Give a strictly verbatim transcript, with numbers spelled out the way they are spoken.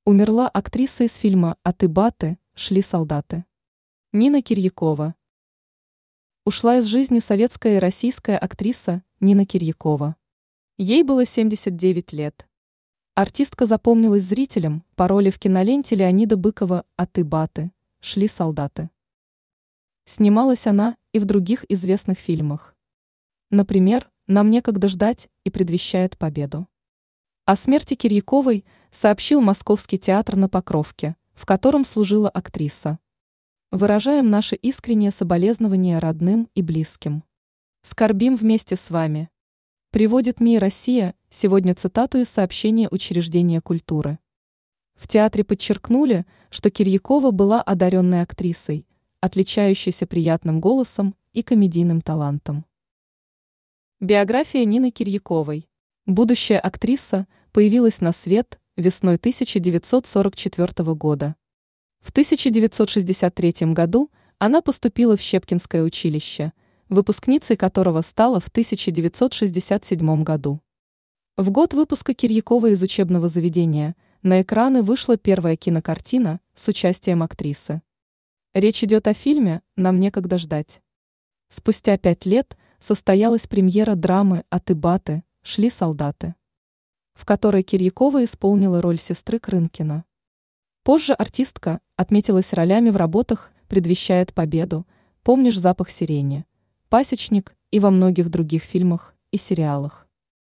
Умерла актриса из фильма «А ты баты, шли солдаты». Нина Кирьякова. Ушла из жизни советская и российская актриса Нина Кирьякова. Ей было семьдесят девять лет. Артистка запомнилась зрителям по роли в киноленте Леонида Быкова «А ты баты, шли солдаты». Снималась она и в других известных фильмах. Например, «Нам некогда ждать» и «Предвещает победу». О смерти Кирьяковой сообщил Московский театр на Покровке, в котором служила актриса. Выражаем наше искреннее соболезнование родным и близким. Скорбим вместе с вами. Приводит МИ «Россия» сегодня цитату из сообщения учреждения культуры. В театре подчеркнули, что Кирьякова была одаренной актрисой, отличающейся приятным голосом и комедийным талантом. Биография Нины Кирьяковой. Будущая актриса появилась на свет весной тысяча девятьсот сорок четвёртого года. В тысяча девятьсот шестьдесят третьем году она поступила в Щепкинское училище, выпускницей которого стала в тысяча девятьсот шестьдесят седьмом году. В год выпуска Кирьяковой из учебного заведения на экраны вышла первая кинокартина с участием актрисы. Речь идет о фильме «Нам некогда ждать». Спустя пять лет состоялась премьера драмы «А ты баты, шли солдаты», в которой Кирьякова исполнила роль сестры Крынкина. Позже артистка отметилась ролями в работах «Предвещает победу», «Помнишь запах сирени», «Пасечник» и во многих других фильмах и сериалах.